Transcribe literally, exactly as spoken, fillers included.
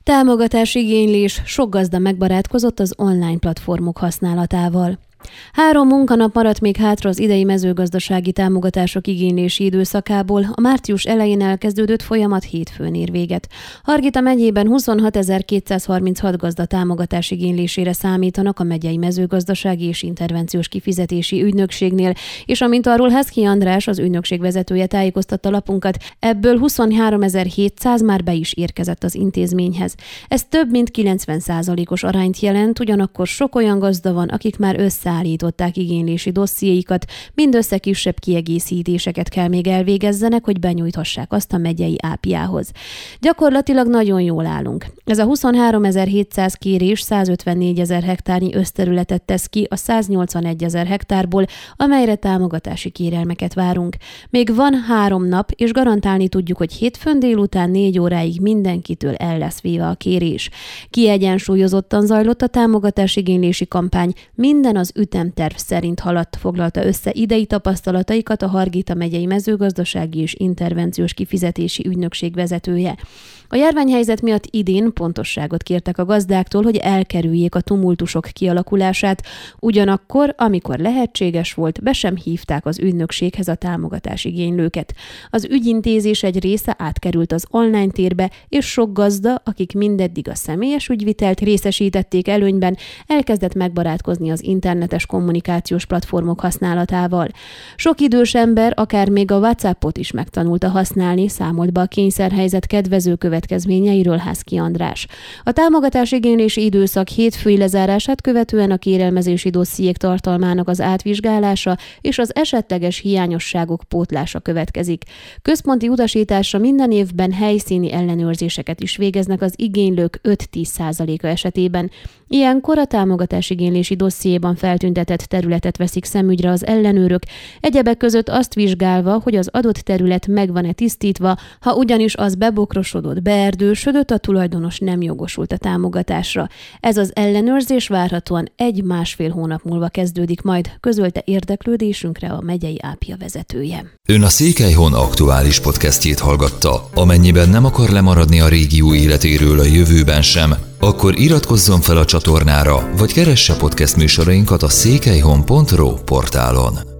Támogatásigénylés, sok gazda megbarátkozott az online platformok használatával. Három munkanap maradt még hátra az idei mezőgazdasági támogatások igénylési időszakából, a március elején elkezdődött folyamat hétfőn ér véget. Hargita megyében huszonhatezer-kétszázharminchat gazda támogatás igénylésére számítanak a megyei mezőgazdasági és intervenciós kifizetési ügynökségnél, és amint arról Heszki András, az ügynökség vezetője tájékoztatta lapunkat, ebből huszonháromezer-hétszáz már be is érkezett az intézményhez. Ez több mint kilencven százalékos arányt jelent, ugyanakkor sok olyan gazda van, akik már össze állították igénylési dossziéikat, mindössze kisebb kiegészítéseket kell még elvégezzenek, hogy benyújthassák azt a megyei ápiához. Gyakorlatilag nagyon jól állunk. Ez a huszonháromezer-hétszáz kérés százötvennégyezer hektárnyi összterületet tesz ki a száznyolcvanegyezer hektárból, amelyre támogatási kérelmeket várunk. Még van három nap, és garantálni tudjuk, hogy hétfőn délután négy óráig mindenkitől el lesz véve a kérés. Kiegyensúlyozottan zajlott a támogatásigénylési kampány, minden az ütemterv szerint haladt, foglalta össze idei tapasztalataikat a Hargita megyei mezőgazdasági és intervenciós kifizetési ügynökség vezetője. A járványhelyzet miatt idén pontosságot kértek a gazdáktól, hogy elkerüljék a tumultusok kialakulását, ugyanakkor, amikor lehetséges volt, be sem hívták az ügynökséghez a támogatásigénylőket. Az ügyintézés egy része átkerült az online térbe, és sok gazda, akik mindeddig a személyes ügyvitelt részesítették előnyben, elkezdett megbarátkozni az internetes kommunikációs platformok használatával. Sok idős ember akár még a WhatsAppot is megtanulta használni, számolt be a kényszerhelyzet kedvező következményeiről Heszki András. A támogatásigénylési időszak hétfői lezárását követően a kérelmezési dossziék tartalmának az átvizsgálása és az esetleges hiányosságok pótlása következik. Központi utasításra minden évben helyszíni ellenőrzéseket is végeznek az igénylők öt-tíz százaléka esetében. Ilyenkor a támogatásigénylési dossziéban feltüntetett területet veszik szemügyre az ellenőrök, egyebek között azt vizsgálva, hogy az adott terület meg van-e tisztítva, ha ugyanis az bebokrosodott, beerdősödött, a tulajdonos nem jogosult a támogatásra. Ez az ellenőrzés várhatóan egy-másfél hónap múlva kezdődik majd, közölte érdeklődésünkre a megyei ápia vezetője. Ön a Székelyhon aktuális podcastjét hallgatta. Amennyiben nem akar lemaradni a régió életéről a jövőben sem, akkor iratkozzon fel a csatornára, vagy keresse podcast műsorainkat a székelyhon pont ro portálon.